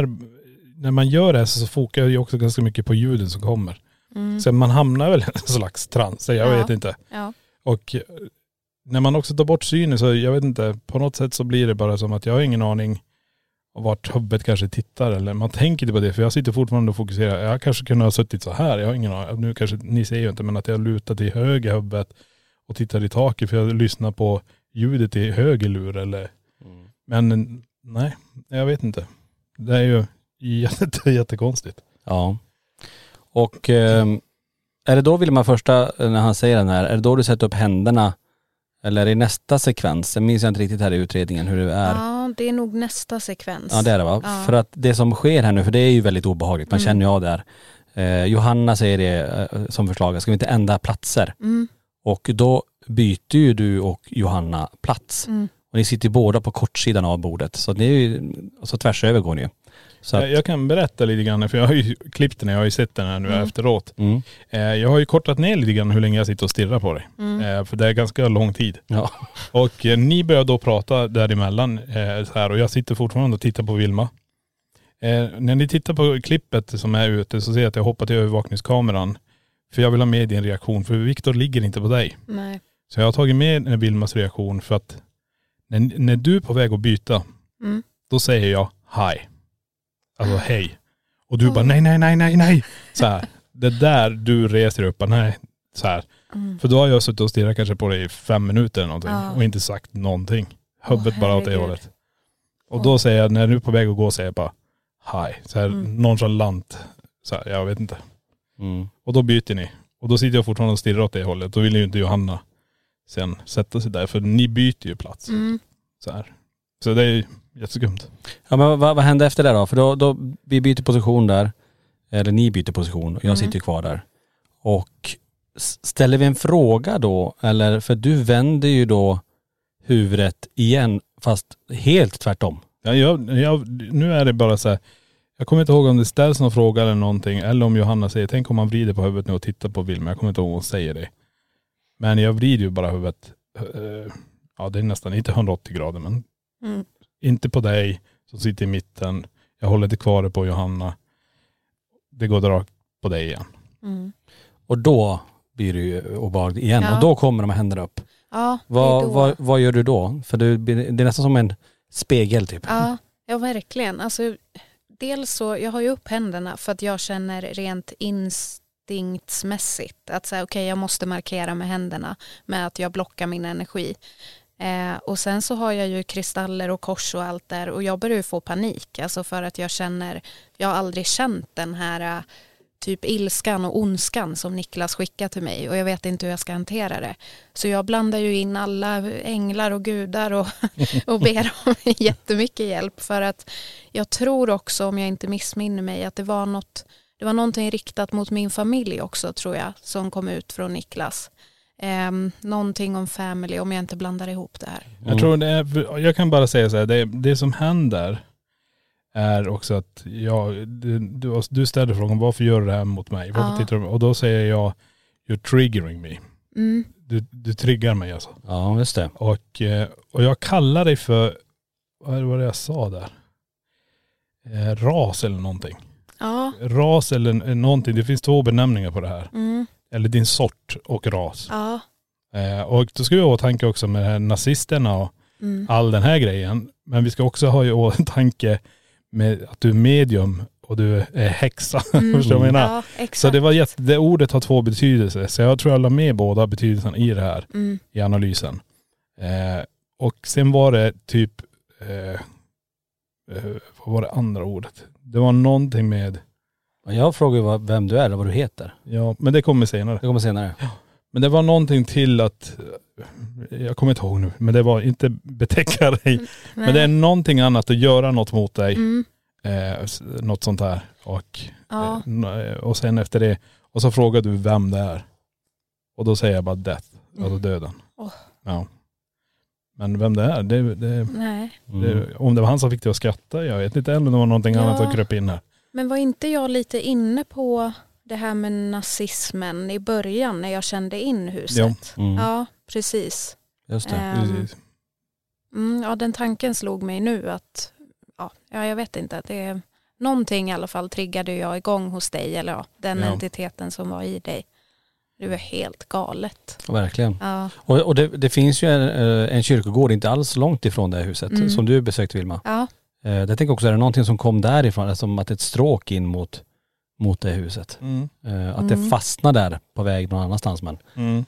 Speaker 4: när man gör det så fokar jag ju också ganska mycket på ljuden som kommer. Så man hamnar väl i en slags trans, jag vet inte.
Speaker 5: Ja.
Speaker 4: Och när man också tar bort synen, så jag vet inte, på något sätt så blir det bara som att jag har ingen aning och vart huvudet kanske tittar, eller man tänker inte på det, för jag sitter fortfarande och fokuserar. Jag kanske kunde ha suttit så här, jag har ingen aning. Nu kanske, ni ser ju inte, men att jag lutar till höger huvudet och tittar i taket, för jag lyssnar på ljudet i höger lur eller. Men nej, jag vet inte. Det är ju jättekonstigt.
Speaker 3: Ja. Och är det då, vill man första, när han säger den här, är det då du sätter upp händerna, eller i nästa sekvens? Jag minns inte riktigt här i utredningen hur det är.
Speaker 5: Ja, det är nog nästa sekvens.
Speaker 3: Ja, det är det, va? Ja. För att det som sker här nu, för det är ju väldigt obehagligt, man känner ju av det här. Johanna säger det som förslag, ska vi inte ändra platser? Och då byter ju du och Johanna plats. Och ni sitter båda på kortsidan av bordet. Så det är ju, så tvärs över går ni ju. Så att,
Speaker 4: jag kan berätta lite grann, för jag har ju klippt den, jag har ju sett den här nu efteråt. Jag har ju kortat ner lite grann hur länge jag sitter och stirrar på dig. För det är ganska lång tid. Ja. Och ni börjar då prata däremellan så här, och jag sitter fortfarande och tittar på Vilma. När ni tittar på klippet som är ute så ser jag att jag hoppar till övervakningskameran. För jag vill ha med din reaktion, för Viktor ligger inte på dig.
Speaker 5: Nej.
Speaker 4: Så jag har tagit med Vilmas reaktion, för att när du är på väg att byta, då säger jag hej. Alltså hej. Och du bara nej. Så här. Det där du reser upp, nej. Så här. För då har jag suttit och stirrat kanske på dig i 5 minuter eller någonting och inte sagt någonting. Huvudet bara åt det hållet. Och då säger jag, när du är på väg att gå, säger jag bara hej. Så här nonchalant. Så här, jag vet inte. Och då byter ni. Och då sitter jag fortfarande och stirrar åt det hållet. Då vill ju inte Johanna sen sätta sig där. För ni byter ju plats. Så här. Så det är ju jätteskumt.
Speaker 3: Ja, men vad hände efter det då? För då vi byter position där. Eller ni byter position och jag sitter ju kvar där. Och ställer vi en fråga då? Eller, för du vänder ju då huvudet igen, fast helt tvärtom.
Speaker 4: Ja, nu är det bara så här. Jag kommer inte ihåg om det ställs någon fråga eller någonting. Eller om Johanna säger, tänk om man vrider på huvudet nu och tittar på Vilma. Jag kommer inte ihåg om hon säger det. Men jag vrider ju bara huvudet. Ja, det är nästan inte 180 grader, men inte på dig som sitter i mitten. Jag håller inte kvar på Johanna. Det går rakt på dig igen.
Speaker 3: Och då blir det ju obehagligt igen. Ja. Och då kommer de händerna upp.
Speaker 5: Ja,
Speaker 3: vad gör du då? För det är nästan som en spegel typ.
Speaker 5: Ja, verkligen. Alltså, dels så, jag har ju upp händerna för att jag känner rent instinktsmässigt att säga okej, jag måste markera med händerna med att jag blockar min energi. Och sen så har jag ju kristaller och kors och allt där, och jag börjar ju få panik, alltså för att jag har aldrig känt den här typ ilskan och ondskan som Niklas skickar till mig, och jag vet inte hur jag ska hantera det. Så jag blandar ju in alla änglar och gudar och ber om jättemycket hjälp, för att jag tror också, om jag inte missminner mig, att det var någonting riktat mot min familj också, tror jag, som kom ut från Niklas. Någonting om family om jag inte blandar ihop det här.
Speaker 4: Jag tror jag kan bara säga så här, det som händer är också att du ställer frågan, varför gör du det här mot mig? Varför tittar du? Och då säger jag, you're triggering me. Du triggar mig alltså.
Speaker 3: Ja, just det.
Speaker 4: Och jag kallar dig för, vad var det jag sa där? Ras eller någonting.
Speaker 5: Ja.
Speaker 4: Ras eller någonting, det finns 2 benämningar på det här. Eller din sort och ras.
Speaker 5: Ja.
Speaker 4: Och då ska vi ha tanke också med de här nazisterna och all den här grejen. Men vi ska också ha i åtanke med att du är medium och du är häxa. Förstår du vad jag menar?
Speaker 5: Ja, exakt.
Speaker 4: Så det ordet har 2 betydelser. Så jag tror jag la med båda betydelserna i det här. I analysen. Och sen var det typ vad var det andra ordet? Det var någonting med...
Speaker 3: Jag frågar vem du är eller vad du heter.
Speaker 4: Ja, men det kommer senare.
Speaker 3: Det kommer senare.
Speaker 4: Ja. Men det var någonting till att, jag kommer inte ihåg nu, men det var inte betäcka dig. Men det är någonting annat att göra något mot dig. Något sånt här. Och sen efter det, och så frågar du vem det är. Och då säger jag bara death, alltså döden. Ja. Men vem det är, om det var han som fick dig att skratta, jag vet inte, eller om det var någonting annat att kröp in här.
Speaker 5: Men var inte jag lite inne på det här med nazismen i början när jag kände in huset? Ja, precis.
Speaker 3: Just det.
Speaker 4: Precis.
Speaker 5: Ja, den tanken slog mig nu att, jag vet inte, att det är någonting i alla fall triggade jag igång hos dig, eller den entiteten som var i dig. Det var helt galet.
Speaker 3: Verkligen.
Speaker 5: Ja.
Speaker 3: Och det finns ju en kyrkogård inte alls långt ifrån det här huset som du besökte, Vilma.
Speaker 5: Ja.
Speaker 3: Jag tänker också, är det någonting som kom därifrån, som att ett stråk in mot det huset. Att det fastnar där på väg någon annanstans. Men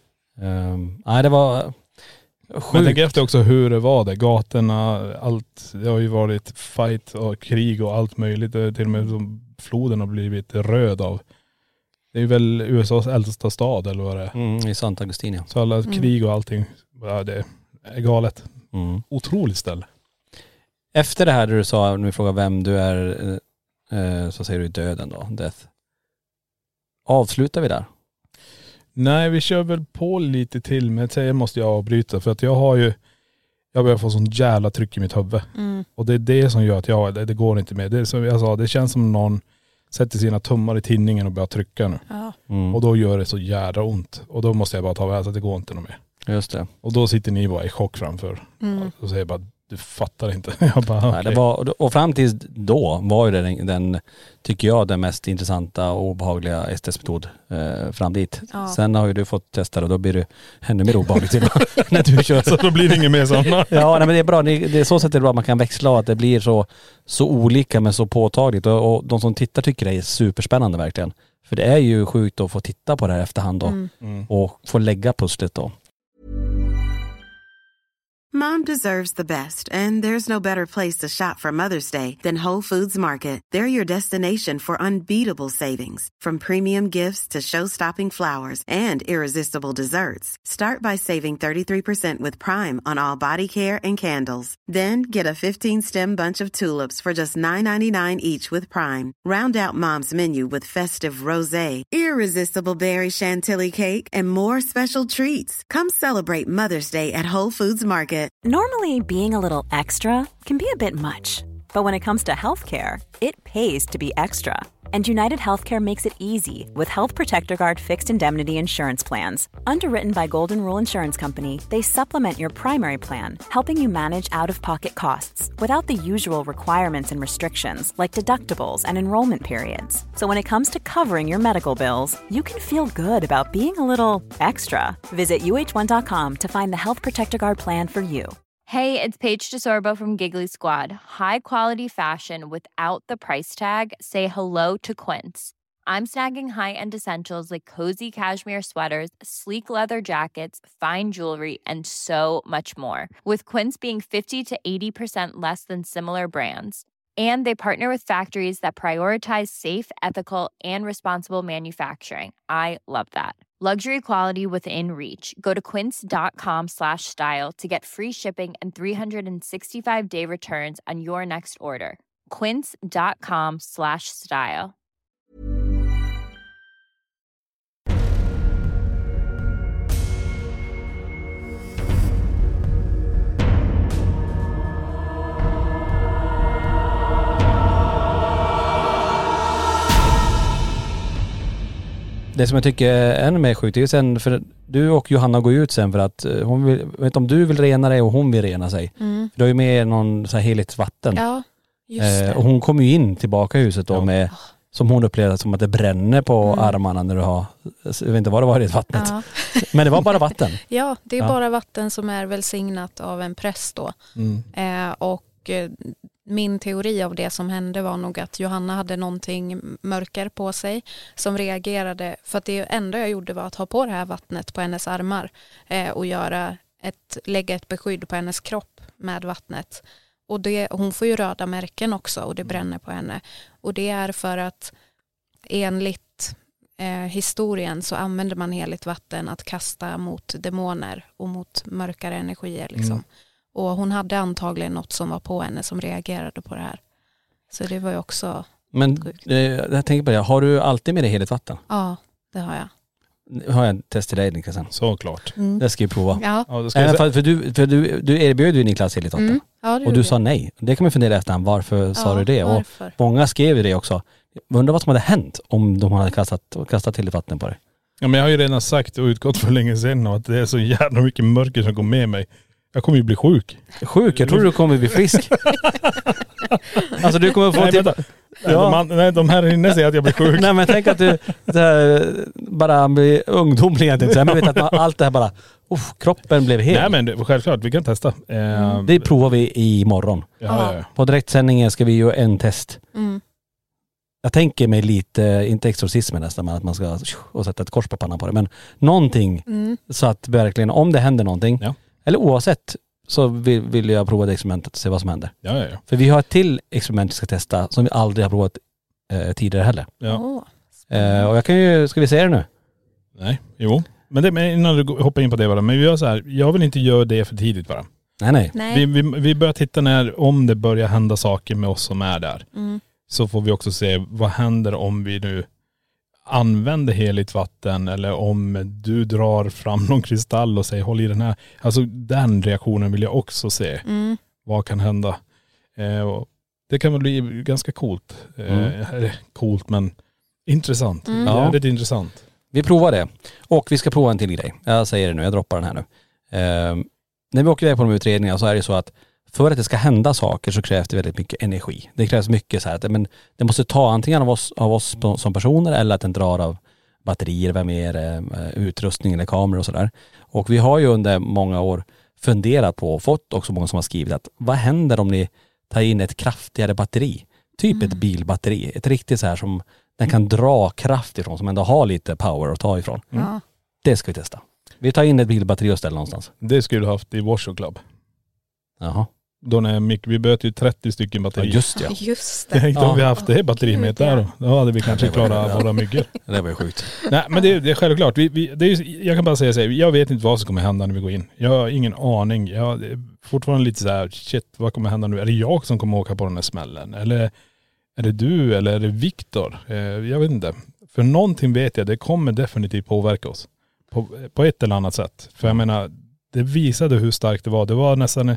Speaker 3: nej, det var sjukt.
Speaker 4: Men tänk efter också hur det var där. Gatorna, allt. Det har ju varit fight och krig och allt möjligt. Till och med som floden har blivit röd av. Det är väl USAs äldsta stad eller vad det är.
Speaker 3: I Santa Agustina.
Speaker 4: Så alla krig och allting. Ja, det är galet. Otroligt ställe.
Speaker 3: Efter det här där du sa, när vi frågar vem du är, så säger du döden då, death. Avslutar vi där?
Speaker 4: Nej, vi kör väl på lite till, men jag måste jag avbryta för att jag börjar få sån jävla tryck i mitt huvud. Och det är det som gör att det går inte med. Det är som jag sa, det känns som någon sätter sina tummar i tinningen och börjar trycka nu.
Speaker 5: Ja.
Speaker 4: Och då gör det så jävla ont. Och då måste jag bara ta väl så att det går inte något mer.
Speaker 3: Just det.
Speaker 4: Och då sitter ni bara i chock framför. Och så säger jag bara, du fattar inte. Jag bara, okay.
Speaker 3: Nej, det var, och fram tills då var ju den tycker jag, den mest intressanta och obehagliga STS-metod fram dit. Ja. Sen har ju du fått testa det och då blir det ännu mer obehagligt när du kör.
Speaker 4: Så då blir det inget mer sådana.
Speaker 3: Ja, nej, men det är bra. Det är så sätt det är bra att man kan växla och att det blir så olika men så påtagligt. Och de som tittar tycker det är superspännande verkligen. För det är ju sjukt att få titta på det här efterhand då. Och få lägga pusslet då.
Speaker 8: Mom deserves the best, and there's no better place to shop for Mother's Day than Whole Foods Market. They're your destination for unbeatable savings, from premium gifts to show-stopping flowers and irresistible desserts. Start by saving 33% with Prime on all body care and candles. Then get a 15-stem bunch of tulips for just $9.99 each with Prime. Round out Mom's menu with festive rosé, irresistible berry chantilly cake, and more special treats. Come celebrate Mother's Day at Whole Foods Market.
Speaker 6: Normally, being a little extra can be a bit much, but when it comes to healthcare, it pays to be extra. And United Healthcare makes it easy with Health Protector Guard fixed indemnity insurance plans. Underwritten by Golden Rule Insurance Company, they supplement your primary plan, helping you manage out-of-pocket costs without the usual requirements and restrictions like deductibles and enrollment periods. So when it comes to covering your medical bills, you can feel good about being a little extra. Visit uh1.com to find the Health Protector Guard plan for you.
Speaker 9: Hey, it's Paige DeSorbo from Giggly Squad. High quality fashion without the price tag. Say hello to Quince. I'm snagging high-end essentials like cozy cashmere sweaters, sleek leather jackets, fine jewelry, and so much more. With Quince being 50 to 80% less than similar brands. And they partner with factories that prioritize safe, ethical, and responsible manufacturing. I love that. Luxury quality within reach. Go to quince.com/style to get free shipping and 365-day returns on your next order. Quince.com/style.
Speaker 3: Det som jag tycker är ännu mer sjukt är ju sen, för du och Johanna går ut sen för att hon vill, vet om du vill rena dig och hon vill rena sig. Du har ju med någon så här heligt vatten.
Speaker 5: Ja, just det.
Speaker 3: Och hon kommer ju in tillbaka i huset då med, som hon upplever som att det bränner på armarna när du har, jag vet inte vad det var i det vattnet. Ja. Men det var bara vatten.
Speaker 5: Ja, det är bara vatten som är välsignat av en präst då. Och min teori av det som hände var nog att Johanna hade någonting mörker på sig som reagerade, för att det enda jag gjorde var att ha på det här vattnet på hennes armar och lägga ett beskydd på hennes kropp med vattnet. Och hon får ju röda märken också och det bränner på henne. Och det är för att enligt historien så använder man heligt vatten att kasta mot demoner och mot mörkare energier liksom. Och hon hade antagligen något som var på henne som reagerade på det här. Så det var ju också... Men
Speaker 3: jag tänker på det, har du alltid med dig heligt vatten?
Speaker 5: Ja, det har jag.
Speaker 3: Har jag en test till dig, Niklas sen?
Speaker 4: Såklart.
Speaker 3: Det ska vi prova.
Speaker 5: Ja.
Speaker 4: Det ska
Speaker 3: för du erbjöd ju Niklas heligt vatten.
Speaker 5: Ja,
Speaker 3: och du sa nej. Det kan man fundera efter, varför sa du det?
Speaker 5: Varför?
Speaker 3: Och många skrev ju det också. Jag undrar vad som hade hänt om de hade kastat heligt vatten på dig.
Speaker 4: Ja, men jag har ju redan sagt och utgått för länge sedan att det är så jävla mycket mörker som går med mig. Jag kommer ju bli sjuk.
Speaker 3: Sjuk? Jag tror du kommer bli frisk. Alltså du kommer få
Speaker 4: de här inne säger att jag blir sjuk.
Speaker 3: Nej men tänk att du bara blir ungdomlig egentligen. Men vet att allt det här bara, kroppen blev hel.
Speaker 4: Nej men självklart, vi kan testa.
Speaker 3: Det provar vi imorgon.
Speaker 4: Ja.
Speaker 3: På direktsändningen ska vi göra en test. Jag tänker mig lite, inte exorcismen nästan, men att man ska och sätta ett kors på pannan på det. Men någonting så att verkligen, om det händer någonting, eller oavsett, så vill jag prova det experimentet och se vad som händer.
Speaker 4: Ja.
Speaker 3: För vi har ett till experiment vi ska testa som vi aldrig har provat tidigare heller.
Speaker 4: Ja.
Speaker 3: Och jag kan ju, ska vi se det nu?
Speaker 4: Nej, jo. Men innan du hoppar in på det bara, men vi gör så här, jag vill inte göra det för tidigt bara.
Speaker 3: Nej.
Speaker 4: Vi börjar titta om det börjar hända saker med oss som är där. Så får vi också se vad händer om vi nu använder heligt vatten, eller om du drar fram någon kristall och säger håll i den här. Alltså den reaktionen vill jag också se. Vad kan hända? Det kan väl bli ganska coolt. Coolt men intressant. Ja, det är intressant.
Speaker 3: Vi provar det. Och vi ska prova en till grej. Jag säger det nu, jag droppar den här nu. När vi åker iväg på de utredningarna så är det så att för att det ska hända saker så krävs det väldigt mycket energi. Det krävs mycket så här att det måste ta antingen av oss som personer, eller att den drar av batterier, vad mer, utrustning eller kameror och sådär. Och vi har ju under många år funderat på och fått också många som har skrivit att vad händer om ni tar in ett kraftigare batteri? Typ ett bilbatteri. Ett riktigt så här som den kan dra kraft ifrån, som ändå har lite power att ta ifrån. Det ska vi testa. Vi tar in ett bilbatteri och ställer någonstans.
Speaker 4: Det skulle du haft i Washoe Club.
Speaker 3: Jaha.
Speaker 4: Då vi böt ju 30 stycken batterier.
Speaker 3: Ja,
Speaker 5: just det.
Speaker 4: Då vi haft det batteriet där då hade vi kanske klarat våra myggor.
Speaker 3: Det var ju sjukt.
Speaker 4: Nej men det är självklart. Jag kan bara säga så här, jag vet inte vad som kommer hända när vi går in. Jag har ingen aning. Jag är fortfarande lite så här, shit, vad kommer hända nu? Är det jag som kommer åka på den här smällen? Eller är det du? Eller är det Viktor? Jag vet inte. För någonting vet jag, det kommer definitivt påverka oss. På ett eller annat sätt. För jag menar, det visade hur starkt det var. Det var nästan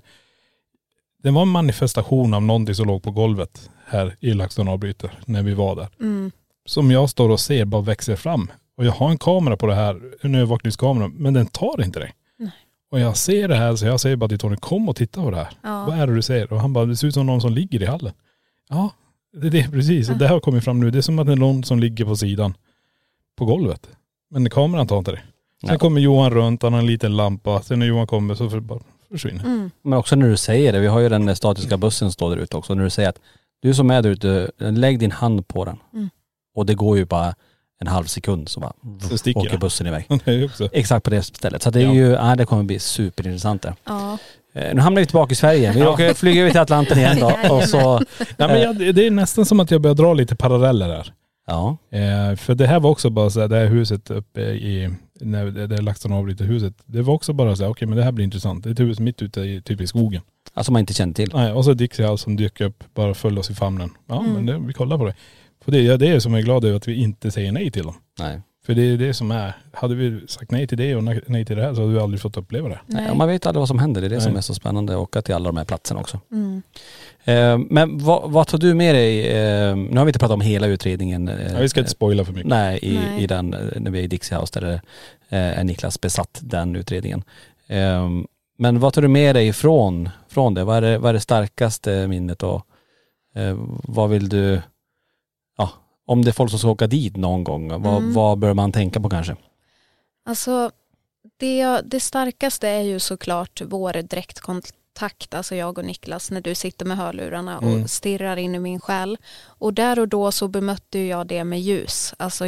Speaker 4: det var en manifestation av någonting som låg på golvet här i LaxTon avbryter när vi var där. Som jag står och ser bara växer fram. Och jag har en kamera på det här, en övervakningskamera, men den tar inte det.
Speaker 5: Nej.
Speaker 4: Och jag ser det här, så jag säger bara till Tony, kom och titta på det här. Ja. Vad är det du ser? Och han bara, det ser ut som någon som ligger i hallen. Ja, det är det precis. Och det har kommit fram nu. Det är som att det är någon som ligger på sidan på golvet. Men kameran tar inte det. Sen kommer Johan runt, han har en liten lampa. Sen när Johan kommer så bara försvinner.
Speaker 3: Men också när du säger det, vi har ju den statiska bussen står där ute också. När du säger att du som är där ute, lägg din hand på den. Och det går ju bara en halv sekund så bara åker bussen iväg. Exakt på det stället. Så det är ju, det kommer bli superintressant det. Ja. Nu hamnar vi tillbaka i Sverige. Vi åker flyga över till Atlanten igen då. Och så,
Speaker 4: det är nästan som att jag börjar dra lite paralleller där.
Speaker 3: Ja.
Speaker 4: För det här var också bara så här, det här huset uppe i, när det är LaxTon avbryter huset. Det var också bara så här, okej, men det här blir intressant. Det är ett hus mitt ute i typ i skogen.
Speaker 3: Alltså man inte känner till.
Speaker 4: Nej, och så Dixie som dök upp, bara föll oss i famnen. Ja, men vi kollar på det. För det är som jag är glad över att vi inte säger nej till dem.
Speaker 3: Nej.
Speaker 4: För det är det som är. Hade vi sagt nej till det och nej till det här så hade vi aldrig fått uppleva det.
Speaker 3: Nej, man vet aldrig vad som händer. Det är det som är så spännande, att åka till alla de här platserna också. Men vad tar du med dig? Nu har vi inte pratat om hela utredningen.
Speaker 4: Vi ska inte spoila för mycket.
Speaker 3: Nej, i den, när vi är i Dixie House där är Niklas besatt den utredningen. Men vad tar du med dig från det? Vad är det starkaste minnet och vad vill du, om det är folk som ska åka dit någon gång, vad bör man tänka på kanske?
Speaker 5: Alltså det starkaste är ju såklart vår direktkontakt, alltså jag och Niklas, när du sitter med hörlurarna och stirrar in i min själ. Och där och då så bemötte jag det med ljus. Alltså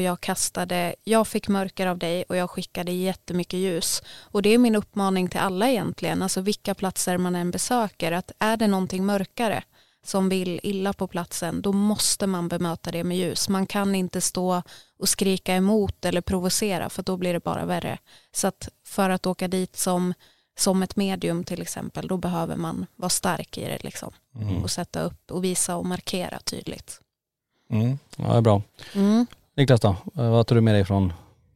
Speaker 5: jag fick mörker av dig och jag skickade jättemycket ljus. Och det är min uppmaning till alla egentligen, alltså vilka platser man än besöker, att är det någonting mörkare som vill illa på platsen, då måste man bemöta det med ljus. Man kan inte stå och skrika emot eller provocera, för då blir det bara värre. Så att för att åka dit som ett medium till exempel, då behöver man vara stark i det liksom. Och sätta upp och visa och markera tydligt.
Speaker 3: Ja, det är bra. Niklas då, vad tar du med dig från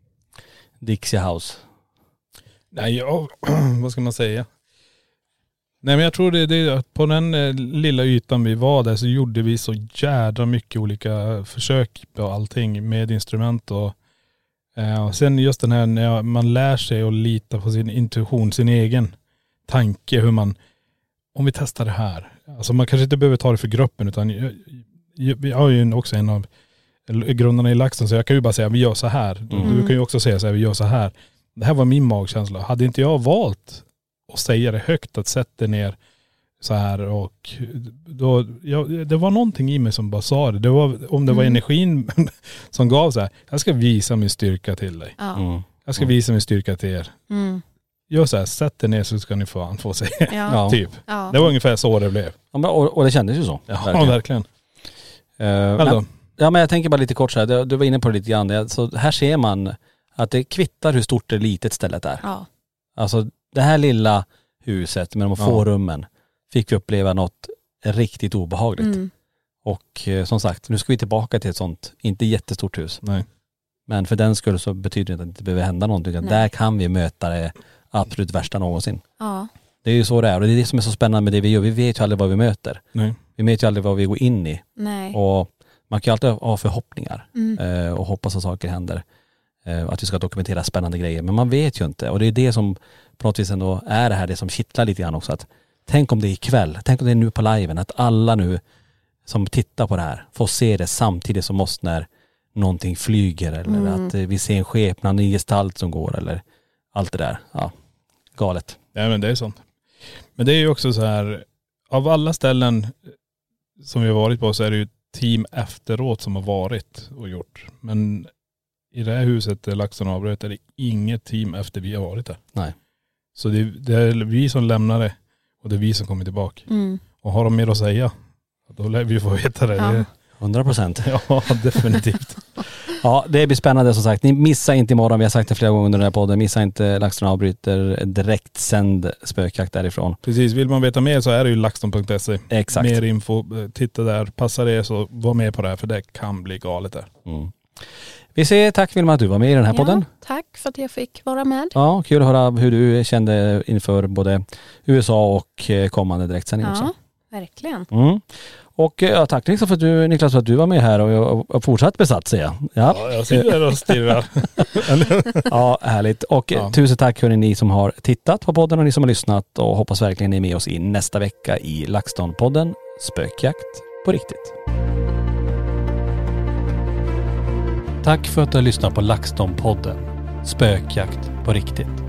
Speaker 3: Dixie House?
Speaker 4: Nej, vad ska man säga? Nej, men jag tror det är på den lilla ytan vi var där så gjorde vi så jädra mycket olika försök på allting med instrument och sen just den här när man lär sig att lita på sin intuition, sin egen tanke, hur man, om vi testar det här. Alltså man kanske inte behöver ta det för gruppen, utan jag har ju också en av grundarna i LaxTon, så jag kan ju bara säga vi gör så här. Du kan ju också säga så här, vi gör så här. Det här var min magkänsla. Hade inte jag valt att säga det högt, att sätta ner så här, och då, det var någonting i mig som bara sa det. Det var, om det var energin som gav så här, jag ska visa min styrka till dig. Jag ska visa min styrka till er. Gör så här, sätt er ner så ska ni få se. Typ. Det var ungefär så det blev.
Speaker 3: Och det kändes ju så.
Speaker 4: Ja, verkligen.
Speaker 3: Men jag tänker bara lite kort så här, du var inne på det lite grann. Så här ser man att det kvittar hur stort det litet stället är. Alltså det här lilla huset med de få rummen fick vi uppleva något riktigt obehagligt. Och som sagt, nu ska vi tillbaka till ett sånt, inte jättestort hus.
Speaker 4: Nej.
Speaker 3: Men för den skull så betyder det inte att det inte behöver hända någonting. Där kan vi möta det absolut värsta någonsin. Det är ju så det är. Och det är det som är så spännande med det vi gör. Vi vet ju aldrig vad vi möter.
Speaker 4: Nej.
Speaker 3: Vi vet ju aldrig vad vi går in i.
Speaker 5: Nej.
Speaker 3: Och man kan ju alltid ha förhoppningar och hoppas att saker händer. Att vi ska dokumentera spännande grejer. Men man vet ju inte. Och det är det som på något vis ändå är det som kittlar lite grann också. Att tänk om det är ikväll. Tänk om det är nu på liven. Att alla nu som tittar på det här får se det samtidigt som oss när någonting flyger. Eller att vi ser en skepnad, en gestalt som går. Eller allt det där. Ja, galet.
Speaker 4: Ja, men det är sånt. Men det är ju också så här, av alla ställen som vi har varit på så är det ju team efteråt som har varit och gjort. Men i det här huset där LaxTon avbröt är det inget team efter vi har varit där.
Speaker 3: Nej.
Speaker 4: Så det är vi som lämnar det och det är vi som kommer tillbaka. Och har de mer att säga, då lär vi få veta det.
Speaker 3: 100%.
Speaker 4: Ja, definitivt.
Speaker 3: Ja, det blir spännande som sagt. Ni missar inte imorgon, vi har sagt det flera gånger under den här podden. Missa inte LaxTon avbryter direktsänd spökjakt därifrån.
Speaker 4: Precis, vill man veta mer så är det ju laxton.se.
Speaker 3: Exakt.
Speaker 4: Mer info, titta där. Passar det så var med på det här, för det kan bli galet där.
Speaker 3: Vi säger tack Vilma att du var med i den här podden.
Speaker 5: Tack för att jag fick vara med.
Speaker 3: Ja, kul att höra hur du kände inför både USA och kommande direktsändning också.
Speaker 5: Ja, verkligen.
Speaker 3: Och tack Niklas för att du var med här och fortsatt besatt säger jag.
Speaker 4: Ja, jag sitter där och stirrar.
Speaker 3: Ja, härligt. Och tusen tack hörni ni som har tittat på podden och ni som har lyssnat, och hoppas verkligen ni är med oss i nästa vecka i LaxTon-podden Spökjakt på riktigt. Tack för att du har lyssnat på LaxTon-podden Spökjakt på riktigt.